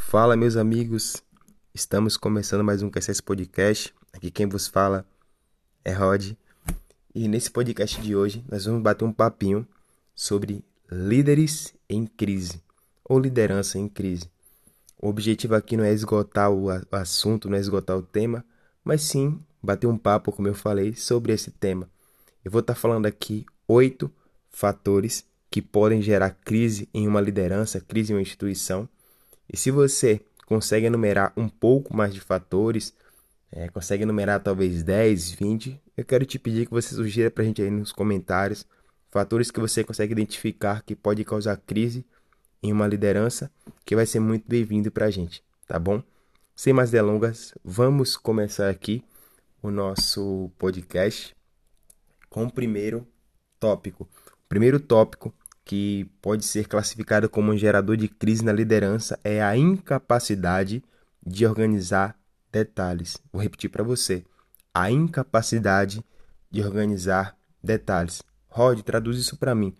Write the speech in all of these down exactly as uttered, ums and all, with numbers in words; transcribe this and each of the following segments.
Fala, meus amigos, estamos começando mais um Q C S Podcast. Aqui quem vos fala é Rod. E nesse podcast de hoje nós vamos bater um papinho sobre líderes em crise ou liderança em crise. O objetivo aqui não é esgotar o assunto, não é esgotar o tema, mas sim bater um papo, como eu falei, sobre esse tema. Eu vou estar falando aqui oito fatores que podem gerar crise em uma liderança, crise em uma instituição. E se você consegue enumerar um pouco mais de fatores, é, consegue enumerar talvez dez, vinte, eu quero te pedir que você sugira para a gente aí nos comentários fatores que você consegue identificar que pode causar crise em uma liderança, que vai ser muito bem-vindo para a gente, tá bom? Sem mais delongas, vamos começar aqui o nosso podcast com o primeiro tópico. O primeiro tópico que pode ser classificado como um gerador de crise na liderança é a incapacidade de organizar detalhes. Vou repetir para você. A incapacidade de organizar detalhes. Rod, traduz isso para mim.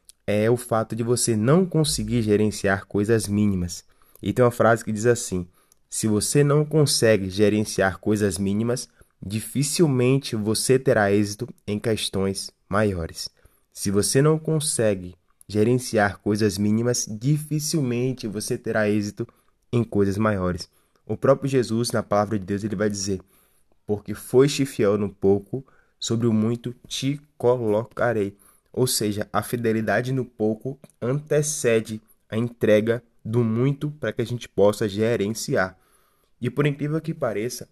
É o fato de você não conseguir gerenciar coisas mínimas. E tem uma frase que diz assim: se você não consegue gerenciar coisas mínimas, dificilmente você terá êxito em questões maiores. Se você não consegue gerenciar coisas mínimas, dificilmente você terá êxito em coisas maiores. O próprio Jesus, na palavra de Deus, ele vai dizer: porque foste fiel no pouco, sobre o muito te colocarei. Ou seja, a fidelidade no pouco antecede a entrega do muito para que a gente possa gerenciar. E por incrível que pareça,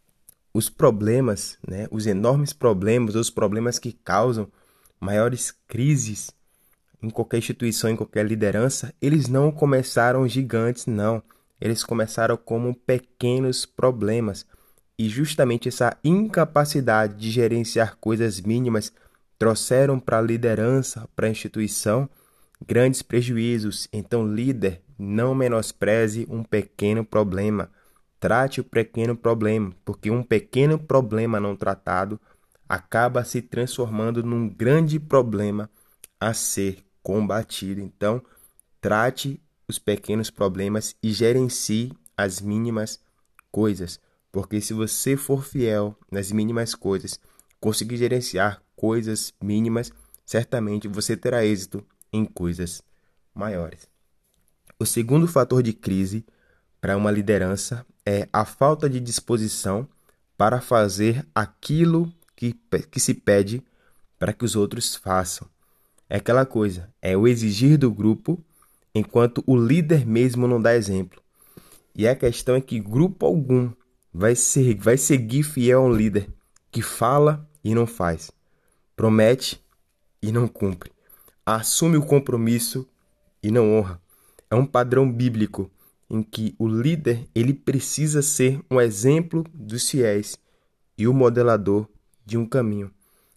os problemas, né, os enormes problemas, os problemas que causam maiores crises em qualquer instituição, em qualquer liderança, eles não começaram gigantes, não. Eles começaram como pequenos problemas. E justamente essa incapacidade de gerenciar coisas mínimas trouxeram para a liderança, para a instituição, grandes prejuízos. Então, líder, não menospreze um pequeno problema. Trate o pequeno problema, porque um pequeno problema não tratado acaba se transformando num grande problema a ser combatido. Então, trate os pequenos problemas e gerencie as mínimas coisas. Porque se você for fiel nas mínimas coisas, conseguir gerenciar coisas mínimas, certamente você terá êxito em coisas maiores. O segundo fator de crise para uma liderança é a falta de disposição para fazer aquilo que, que se pede para que os outros façam. É aquela coisa, é o exigir do grupo, enquanto o líder mesmo não dá exemplo. E a questão é que grupo algum vai, ser, vai seguir fiel a um líder que fala e não faz, promete e não cumpre, assume o compromisso e não honra. É um padrão bíblico em que o líder ele precisa ser um exemplo dos fiéis e o modelador de um caminho.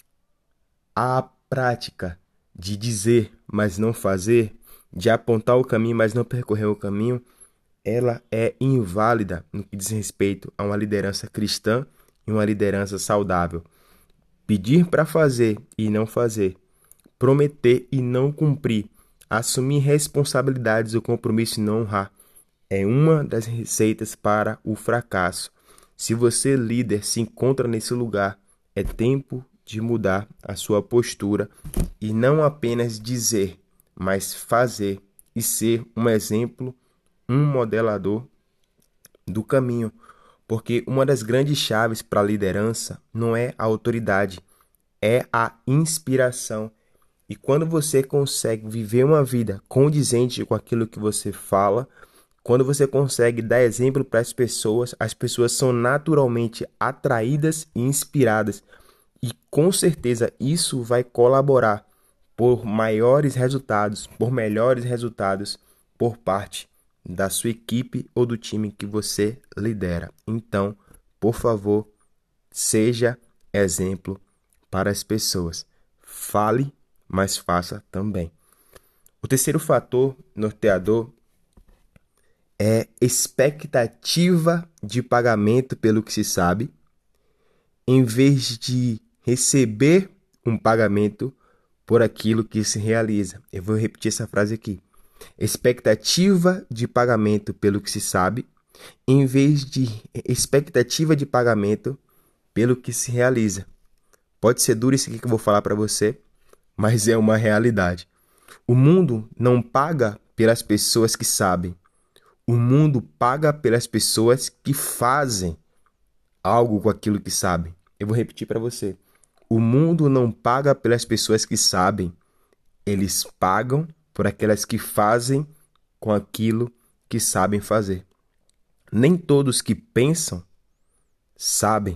A prática de dizer, mas não fazer, de apontar o caminho, mas não percorrer o caminho, ela é inválida no que diz respeito a uma liderança cristã e uma liderança saudável. Pedir para fazer e não fazer, prometer e não cumprir, assumir responsabilidades ou compromisso e não honrar, é uma das receitas para o fracasso. Se você, líder, se encontra nesse lugar, é tempo de mudar a sua postura e não apenas dizer, mas fazer e ser um exemplo, um modelador do caminho. Porque uma das grandes chaves para a liderança não é a autoridade, é a inspiração. E quando você consegue viver uma vida condizente com aquilo que você fala, quando você consegue dar exemplo para as pessoas, as pessoas são naturalmente atraídas e inspiradas. E com certeza isso vai colaborar por maiores resultados, por melhores resultados por parte da sua equipe ou do time que você lidera. Então, por favor, seja exemplo para as pessoas. Fale, mas faça também. O terceiro fator norteador é expectativa de pagamento pelo que se sabe, em vez de receber um pagamento por aquilo que se realiza. Eu vou repetir essa frase aqui. Expectativa de pagamento pelo que se sabe, em vez de expectativa de pagamento pelo que se realiza. Pode ser duro isso aqui que eu vou falar para você, mas é uma realidade. O mundo não paga pelas pessoas que sabem. O mundo paga pelas pessoas que fazem algo com aquilo que sabem. Eu vou repetir para você. O mundo não paga pelas pessoas que sabem. Eles pagam por aquelas que fazem com aquilo que sabem fazer. Nem todos que pensam sabem,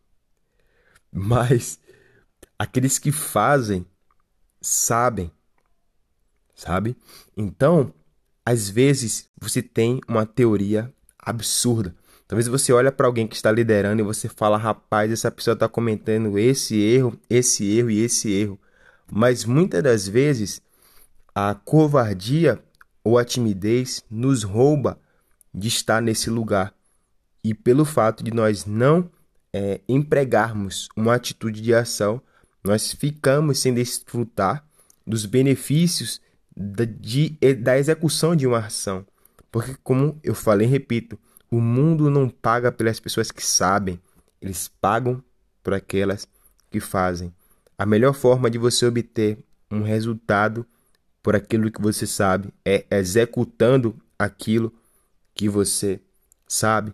mas aqueles que fazem sabem, sabe? Então, às vezes você tem uma teoria absurda. Talvez você olhe para alguém que está liderando e você fala, rapaz, essa pessoa está cometendo esse erro, esse erro e esse erro. Mas muitas das vezes a covardia ou a timidez nos rouba de estar nesse lugar. E pelo fato de nós não é, empregarmos uma atitude de ação, nós ficamos sem desfrutar dos benefícios da, de, da execução de uma ação. Porque, como eu falei e repito, o mundo não paga pelas pessoas que sabem, eles pagam por aquelas que fazem. A melhor forma de você obter um resultado por aquilo que você sabe é executando aquilo que você sabe.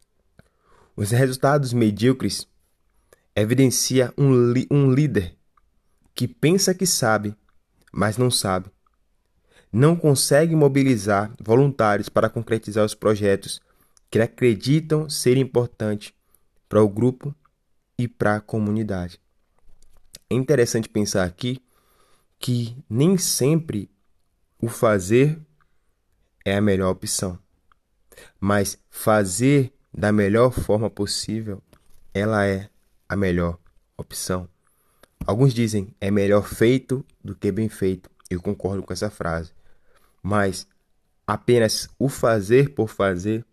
Os resultados medíocres evidenciam um, um líder que pensa que sabe, mas não sabe. Não consegue mobilizar voluntários para concretizar os projetos que acreditam ser importantes para o grupo e para a comunidade. É interessante pensar aqui que nem sempre o fazer é a melhor opção, mas fazer da melhor forma possível, ela é a melhor opção. Alguns dizem, é melhor feito do que bem feito. Eu concordo com essa frase. Mas apenas o fazer por fazer,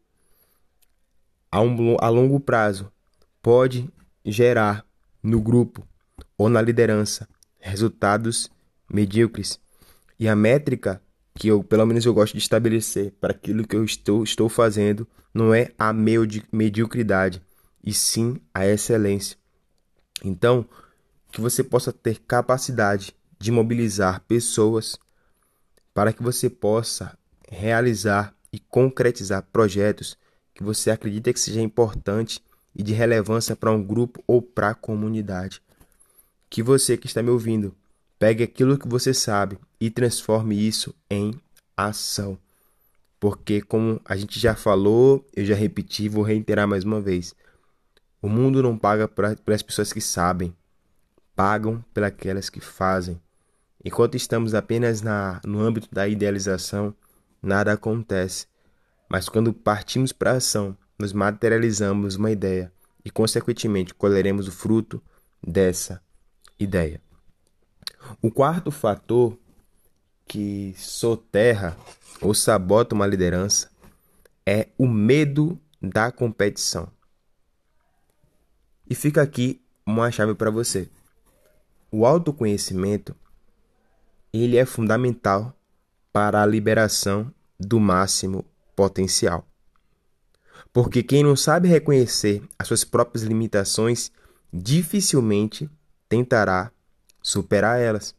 a, um, a longo prazo, pode gerar no grupo ou na liderança resultados medíocres. E a métrica que eu, pelo menos eu gosto de estabelecer para aquilo que eu estou, estou fazendo não é a mediocridade, e sim a excelência. Então, que você possa ter capacidade de mobilizar pessoas para que você possa realizar e concretizar projetos que você acredita que seja importante e de relevância para um grupo ou para a comunidade. Que você que está me ouvindo, pegue aquilo que você sabe e transforme isso em ação. Porque, como a gente já falou, eu já repeti, vou reiterar mais uma vez. O mundo não paga pelas pessoas que sabem, pagam pelas que fazem. Enquanto estamos apenas na, no âmbito da idealização, nada acontece. Mas quando partimos para a ação, nós materializamos uma ideia e, consequentemente, colheremos o fruto dessa ideia. O quarto fator que soterra ou sabota uma liderança é o medo da competição. E fica aqui uma chave para você. O autoconhecimento, ele é fundamental para a liberação do máximo potencial. Porque quem não sabe reconhecer as suas próprias limitações, dificilmente tentará superar elas.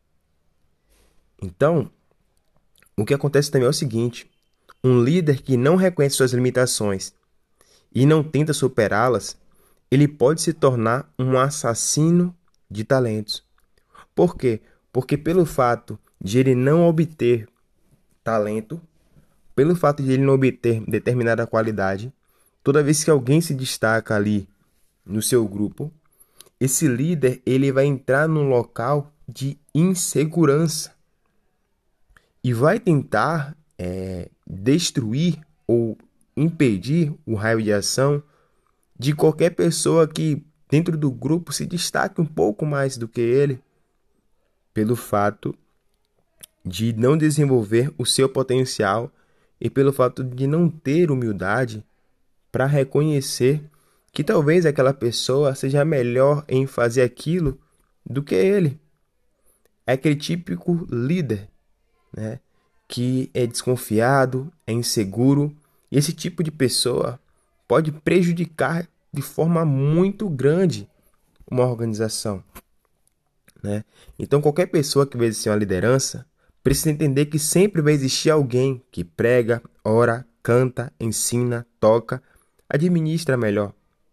Então, o que acontece também é o seguinte: um líder que não reconhece suas limitações e não tenta superá-las, ele pode se tornar um assassino de talentos. Por quê? Porque pelo fato de ele não obter talento, pelo fato de ele não obter determinada qualidade, toda vez que alguém se destaca ali no seu grupo, esse líder ele vai entrar num local de insegurança e vai tentar é, destruir ou impedir o raio de ação de qualquer pessoa que dentro do grupo se destaque um pouco mais do que ele, pelo fato de não desenvolver o seu potencial e pelo fato de não ter humildade para reconhecer que talvez aquela pessoa seja melhor em fazer aquilo do que ele. É aquele típico líder, né, que é desconfiado, é inseguro, e esse tipo de pessoa pode prejudicar de forma muito grande uma organização, né? Então, qualquer pessoa que vai exercer uma liderança precisa entender que sempre vai existir alguém que prega, ora, canta, ensina, toca, administra melhor.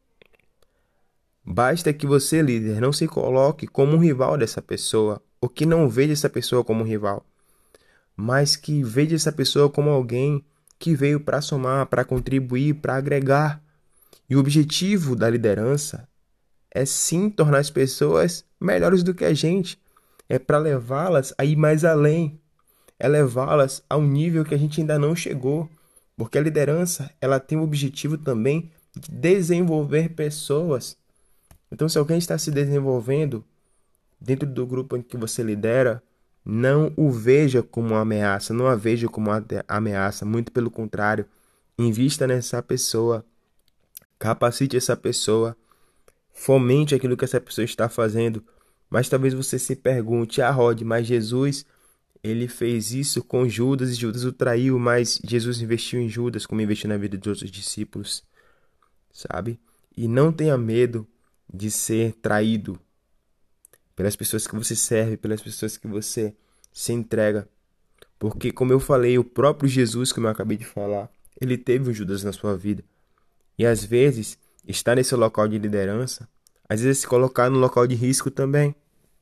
Basta que você, líder, não se coloque como um rival dessa pessoa, ou que não veja essa pessoa como um rival, mas que veja essa pessoa como alguém que veio para somar, para contribuir, para agregar. E o objetivo da liderança é sim tornar as pessoas melhores do que a gente. É para levá-las a ir mais além. É levá-las a um nível que a gente ainda não chegou. Porque a liderança, ela tem o objetivo também de desenvolver pessoas. Então, se alguém está se desenvolvendo dentro do grupo em que você lidera, não o veja como uma ameaça, não a veja como uma ameaça, muito pelo contrário, invista nessa pessoa, capacite essa pessoa, fomente aquilo que essa pessoa está fazendo. Mas talvez você se pergunte, ah, Rod, mas Jesus, ele fez isso com Judas e Judas o traiu, mas Jesus investiu em Judas como investiu na vida de outros discípulos, sabe? E não tenha medo de ser traído pelas pessoas que você serve, pelas pessoas que você se entrega. Porque, como eu falei, o próprio Jesus, como eu acabei de falar, ele teve um Judas na sua vida. E às vezes, estar nesse local de liderança, às vezes se colocar no local de risco também.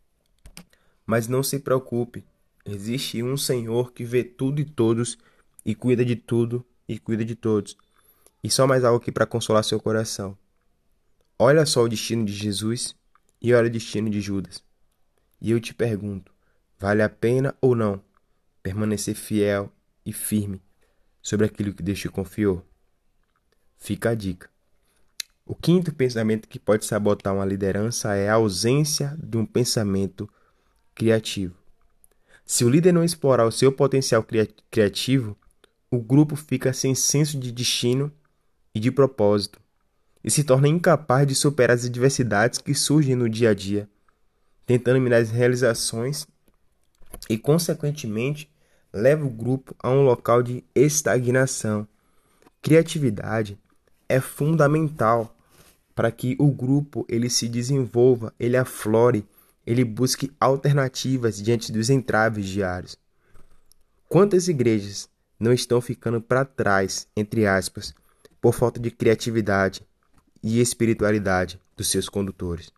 Mas não se preocupe, existe um Senhor que vê tudo e todos, e cuida de tudo e cuida de todos. E só mais algo aqui para consolar seu coração. Olha só o destino de Jesus e olha o destino de Judas. E eu te pergunto, vale a pena ou não permanecer fiel e firme sobre aquilo que Deus te confiou? Fica a dica. O quinto pensamento que pode sabotar uma liderança é a ausência de um pensamento criativo. Se o líder não explorar o seu potencial criativo, o grupo fica sem senso de destino e de propósito e se torna incapaz de superar as adversidades que surgem no dia a dia, tentando minar as realizações e, consequentemente, leva o grupo a um local de estagnação. Criatividade é fundamental para que o grupo ele se desenvolva, ele aflore, ele busque alternativas diante dos entraves diários. Quantas igrejas não estão ficando para trás, entre aspas, por falta de criatividade e espiritualidade dos seus condutores?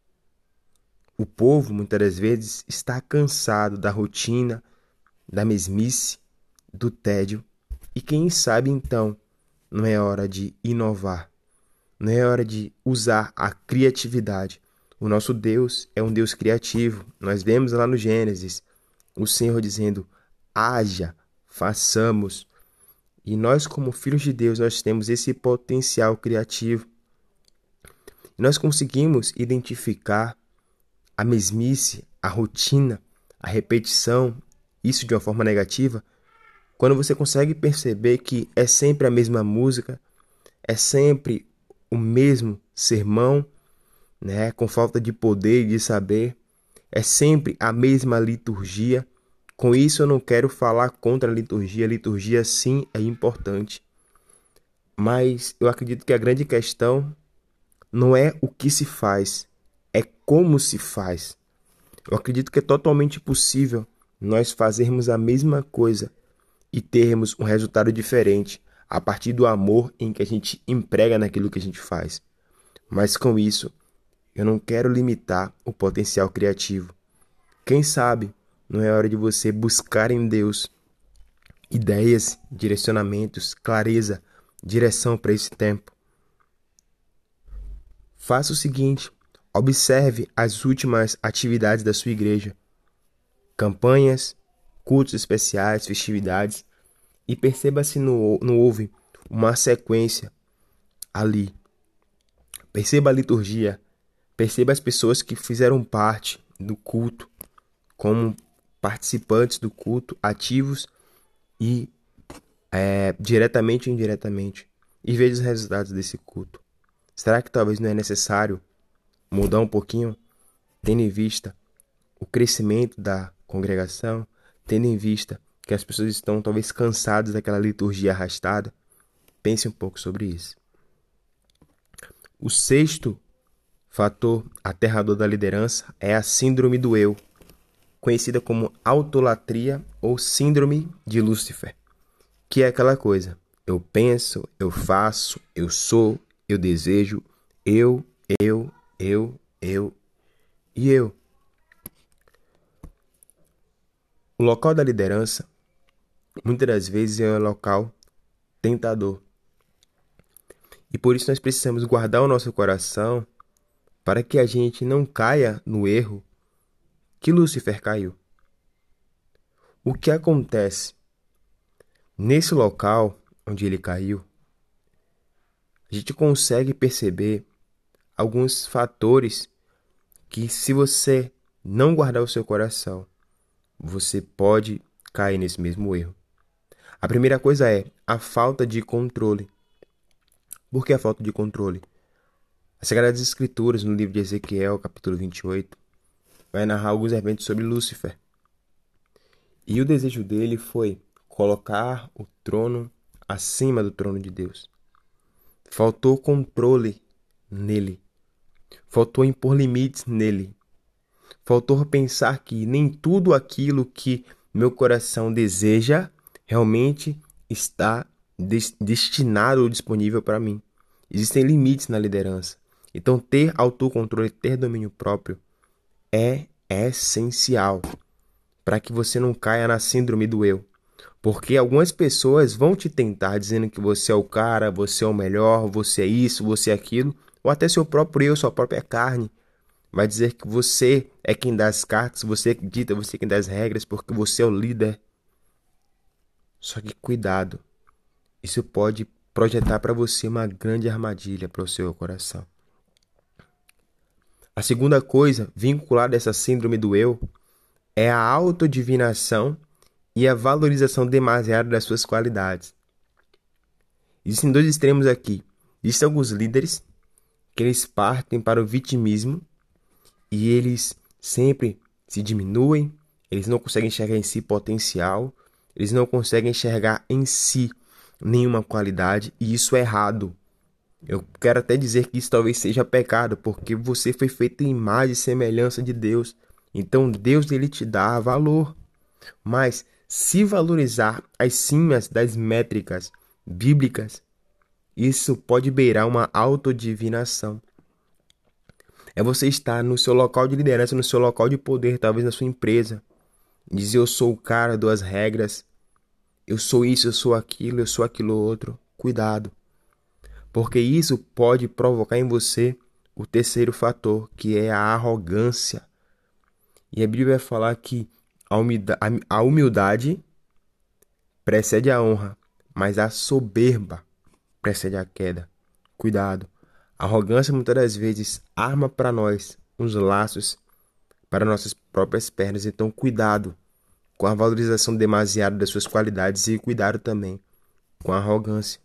O povo, muitas das vezes, está cansado da rotina, da mesmice, do tédio. E quem sabe, então, não é hora de inovar. Não é hora de usar a criatividade. O nosso Deus é um Deus criativo. Nós vemos lá no Gênesis o Senhor dizendo, haja, façamos. E nós, como filhos de Deus, nós temos esse potencial criativo. Nós conseguimos identificar a mesmice, a rotina, a repetição, isso de uma forma negativa, quando você consegue perceber que é sempre a mesma música, é sempre o mesmo sermão, né, com falta de poder e de saber, é sempre a mesma liturgia. Com isso eu não quero falar contra a liturgia, a liturgia sim é importante, mas eu acredito que a grande questão não é o que se faz, é como se faz. Eu acredito que é totalmente possível nós fazermos a mesma coisa e termos um resultado diferente a partir do amor em que a gente emprega naquilo que a gente faz. Mas com isso, eu não quero limitar o potencial criativo. Quem sabe não é hora de você buscar em Deus ideias, direcionamentos, clareza, direção para esse tempo. Faça o seguinte, observe as últimas atividades da sua igreja, campanhas, cultos especiais, festividades, e perceba se não, não houve uma sequência ali. Perceba a liturgia, perceba as pessoas que fizeram parte do culto, como participantes do culto, ativos e é, diretamente ou indiretamente, e veja os resultados desse culto. Será que talvez não é necessário mudar um pouquinho, tendo em vista o crescimento da congregação, tendo em vista que as pessoas estão talvez cansadas daquela liturgia arrastada. Pense um pouco sobre isso. O sexto fator aterrador da liderança é a síndrome do eu, conhecida como autolatria ou síndrome de Lúcifer, que é aquela coisa: eu penso, eu faço, eu sou, eu desejo, eu, eu, eu, eu e eu. O local da liderança, muitas das vezes, é um local tentador. E por isso nós precisamos guardar o nosso coração para que a gente não caia no erro que Lúcifer caiu. O que acontece? Nesse local onde ele caiu, a gente consegue perceber alguns fatores que, se você não guardar o seu coração, você pode cair nesse mesmo erro. A primeira coisa é a falta de controle. Por que a falta de controle? As Sagradas Escrituras, no livro de Ezequiel, capítulo vinte e oito, vai narrar alguns eventos sobre Lúcifer. E o desejo dele foi colocar o trono acima do trono de Deus. Faltou controle nele. Faltou impor limites nele. Faltou pensar que nem tudo aquilo que meu coração deseja realmente está des- destinado ou disponível para mim. Existem limites na liderança. Então, ter autocontrole, ter domínio próprio é essencial para que você não caia na síndrome do eu. Porque algumas pessoas vão te tentar dizendo que você é o cara, você é o melhor, você é isso, você é aquilo, ou até seu próprio eu, sua própria carne vai dizer que você é quem dá as cartas, você é que dita, você é quem dá as regras, porque você é o líder. Só que cuidado, isso pode projetar para você uma grande armadilha para o seu coração. A segunda coisa vinculada a essa síndrome do eu é a autodivinação e a valorização demasiada das suas qualidades. Existem dois extremos aqui. Existem alguns líderes que eles partem para o vitimismo e eles sempre se diminuem, eles não conseguem enxergar em si potencial, eles não conseguem enxergar em si nenhuma qualidade, e isso é errado. Eu quero até dizer que isso talvez seja pecado, porque você foi feito em imagem e semelhança de Deus. Então Deus ele te dá valor. Mas se valorizar acima das métricas bíblicas, isso pode beirar uma autodivinação. É você estar no seu local de liderança, no seu local de poder, talvez na sua empresa. Dizer: eu sou o cara das regras, eu sou isso, eu sou aquilo, eu sou aquilo outro. Cuidado. Porque isso pode provocar em você o terceiro fator, que é a arrogância. E a Bíblia vai falar que a humildade precede a honra, mas a soberba precede a queda. Cuidado. A arrogância muitas das vezes arma para nós uns laços para nossas próprias pernas. Então cuidado com a valorização demasiada das suas qualidades e cuidado também com a arrogância.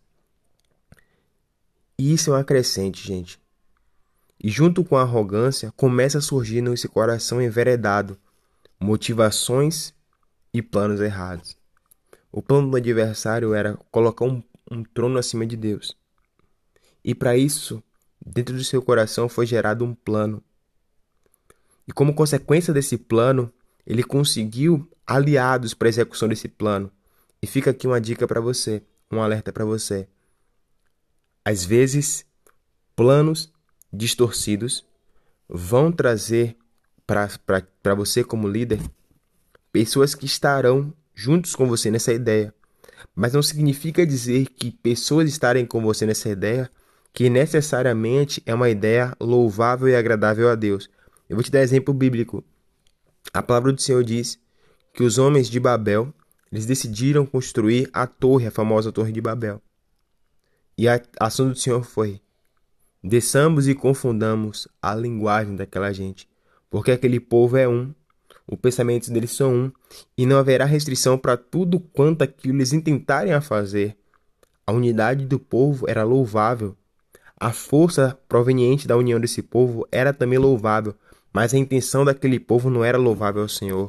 E isso é uma crescente, gente. E junto com a arrogância, começa a surgir nesse coração enveredado motivações e planos errados. O plano do adversário era colocar um, um trono acima de Deus. E para isso, dentro do seu coração foi gerado um plano. E como consequência desse plano, ele conseguiu aliados para a execução desse plano. E fica aqui uma dica para você, um alerta para você. Às vezes, planos distorcidos vão trazer para você como líder pessoas que estarão juntos com você nessa ideia. Mas não significa dizer que pessoas estarem com você nessa ideia que necessariamente é uma ideia louvável e agradável a Deus. Eu vou te dar exemplo bíblico. A palavra do Senhor diz que os homens de Babel, eles decidiram construir a torre, a famosa torre de Babel. E a ação do Senhor foi: desçamos e confundamos a linguagem daquela gente, porque aquele povo é um, os pensamentos deles são um, e não haverá restrição para tudo quanto aquilo eles intentarem a fazer. A unidade do povo era louvável. A força proveniente da união desse povo era também louvável, mas a intenção daquele povo não era louvável ao Senhor.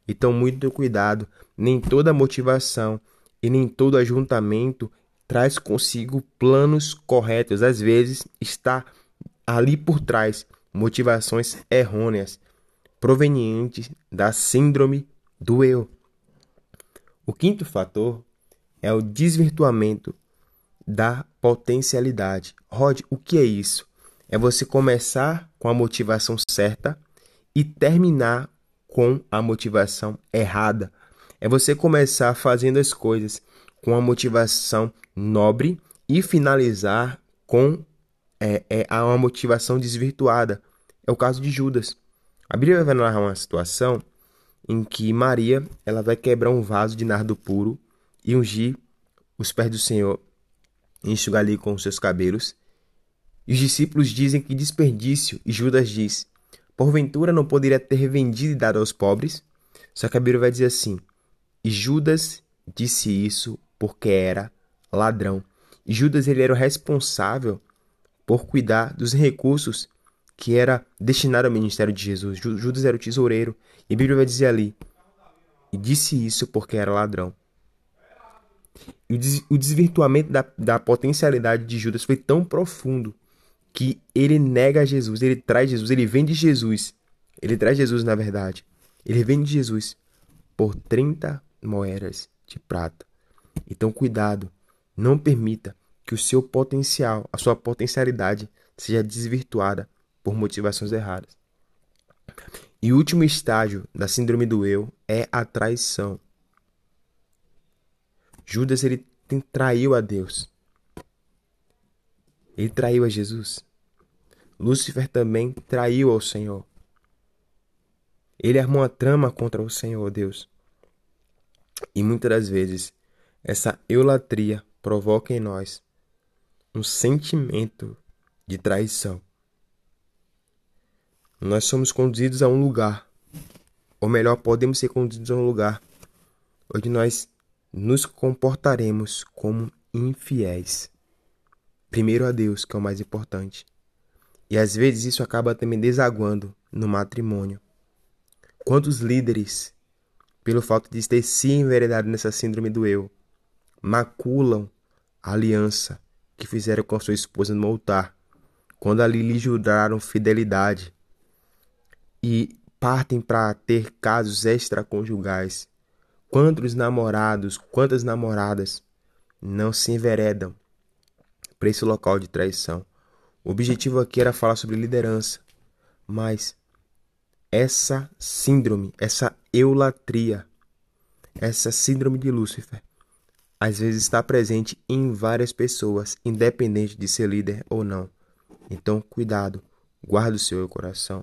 Então, muito cuidado, nem toda motivação e nem todo ajuntamento traz consigo planos corretos. Às vezes, está ali por trás motivações errôneas, provenientes da síndrome do eu. O quinto fator é o desvirtuamento da potencialidade. Rod, o que é isso? É você começar com a motivação certa e terminar com a motivação errada. É você começar fazendo as coisas com a motivação nobre e finalizar com é, é, uma motivação desvirtuada. É o caso de Judas. A Bíblia vai narrar uma situação em que Maria ela vai quebrar um vaso de nardo puro e ungir os pés do Senhor, enxugar ali com os seus cabelos. E os discípulos dizem que desperdício, e Judas diz: porventura não poderia ter vendido e dado aos pobres? Só que a Bíblia vai dizer assim: e Judas disse isso porque era ladrão. E Judas ele era o responsável por cuidar dos recursos que era destinado ao ministério de Jesus. Judas era o tesoureiro. E a Bíblia vai dizer ali: e disse isso porque era ladrão. E o desvirtuamento da, da potencialidade de Judas foi tão profundo que ele nega Jesus, ele traz Jesus, ele vende Jesus. Ele traz Jesus, na verdade. Ele vende Jesus por trinta moedas de prata. Então, cuidado. Não permita que o seu potencial, a sua potencialidade, seja desvirtuada por motivações erradas. E o último estágio da síndrome do eu é a traição. Judas, ele traiu a Deus. Ele traiu a Jesus. Lúcifer também traiu ao Senhor. Ele armou uma trama contra o Senhor, Deus. E muitas das vezes, essa eulatria provoca em nós um sentimento de traição. Nós somos conduzidos a um lugar, ou melhor, podemos ser conduzidos a um lugar onde nós nos comportaremos como infiéis. Primeiro a Deus, que é o mais importante. E às vezes isso acaba também desaguando no matrimônio. Quantos líderes, pelo fato de ter se enveredado nessa síndrome do eu, maculam a aliança que fizeram com a sua esposa no altar, quando ali lhe juraram fidelidade, e partem para ter casos extraconjugais. Quantos namorados, quantas namoradas não se enveredam para esse local de traição? O objetivo aqui era falar sobre liderança, mas essa síndrome, essa eulatria, essa síndrome de Lúcifer, às vezes está presente em várias pessoas, independente de ser líder ou não. Então, cuidado, guarda o seu coração.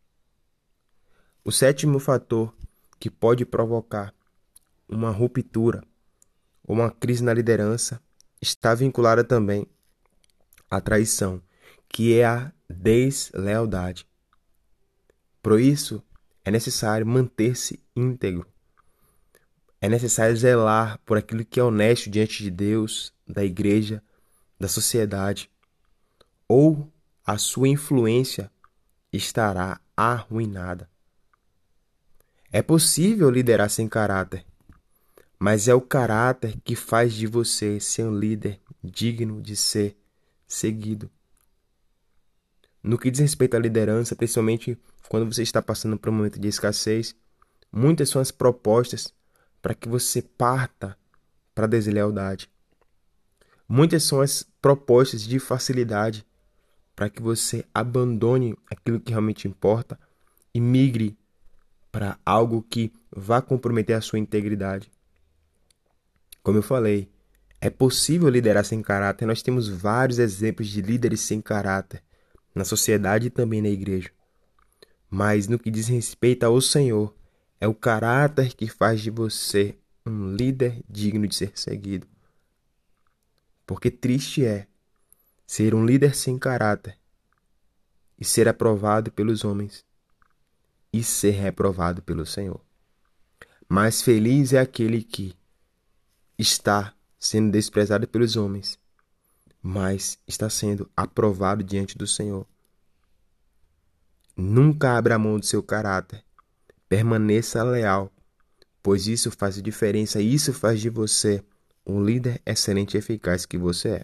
O sétimo fator que pode provocar uma ruptura ou uma crise na liderança está vinculada também à traição, que é a deslealdade. Por isso, é necessário manter-se íntegro. É necessário zelar por aquilo que é honesto diante de Deus, da igreja, da sociedade, ou a sua influência estará arruinada. É possível liderar sem caráter, mas é o caráter que faz de você ser um líder digno de ser seguido. No que diz respeito à liderança, principalmente quando você está passando por um momento de escassez, muitas são as propostas para que você parta para a deslealdade. Muitas são as propostas de facilidade para que você abandone aquilo que realmente importa e migre para algo que vá comprometer a sua integridade. Como eu falei, é possível liderar sem caráter. Nós temos vários exemplos de líderes sem caráter na sociedade e também na igreja. Mas no que diz respeito ao Senhor, é o caráter que faz de você um líder digno de ser seguido. Porque triste é ser um líder sem caráter e ser aprovado pelos homens e ser reprovado pelo Senhor. Mas feliz é aquele que está sendo desprezado pelos homens, mas está sendo aprovado diante do Senhor. Nunca abra mão do seu caráter. Permaneça leal pois isso faz diferença e isso faz de você um líder excelente e eficaz que você é.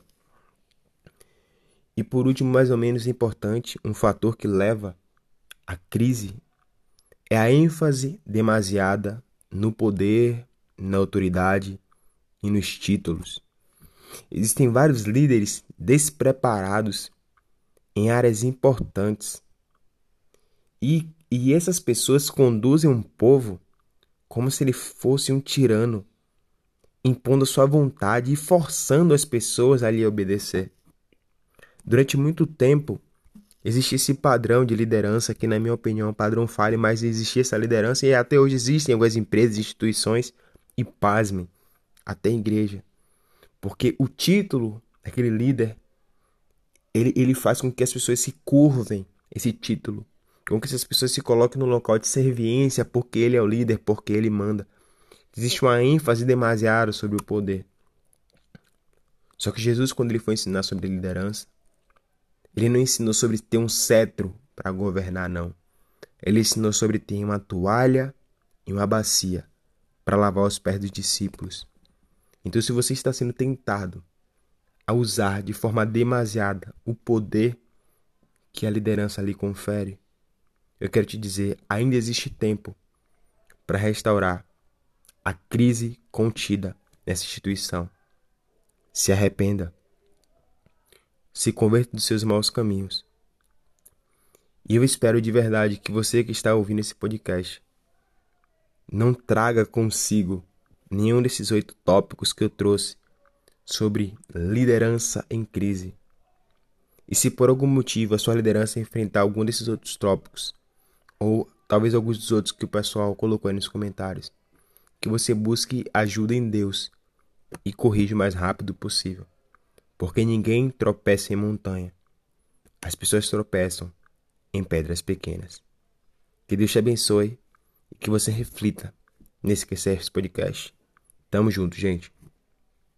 E por último, mais ou menos importante, um fator que leva à crise é a ênfase demasiada no poder, na autoridade e nos títulos. Existem vários líderes despreparados em áreas importantes e, e essas pessoas conduzem um povo como se ele fosse um tirano, impondo sua vontade e forçando as pessoas a lhe obedecer. Durante muito tempo, existia esse padrão de liderança que, na minha opinião, é um padrão falho, mas existia essa liderança e até hoje existem algumas empresas, instituições e, pasmem, até igreja. Porque o título daquele líder, ele, ele faz com que as pessoas se curvem, esse título. Com que essas pessoas se coloquem no local de serviência porque ele é o líder, porque ele manda. Existe uma ênfase demasiada sobre o poder. Só que Jesus, quando ele foi ensinar sobre liderança, ele não ensinou sobre ter um cetro para governar, não. Ele ensinou sobre ter uma toalha e uma bacia para lavar os pés dos discípulos. Então, se você está sendo tentado a usar de forma demasiada o poder que a liderança lhe confere, eu quero te dizer, ainda existe tempo para restaurar a crise contida nessa instituição. Se arrependa. Se converta dos seus maus caminhos. E eu espero de verdade que você que está ouvindo esse podcast não traga consigo nenhum desses oito tópicos que eu trouxe sobre liderança em crise. E se por algum motivo a sua liderança enfrentar algum desses outros tópicos, ou talvez alguns dos outros que o pessoal colocou aí nos comentários, que você busque ajuda em Deus e corrija o mais rápido possível. Porque ninguém tropeça em montanha. As pessoas tropeçam em pedras pequenas. Que Deus te abençoe e que você reflita nesse que é esse podcast. Tamo junto, gente.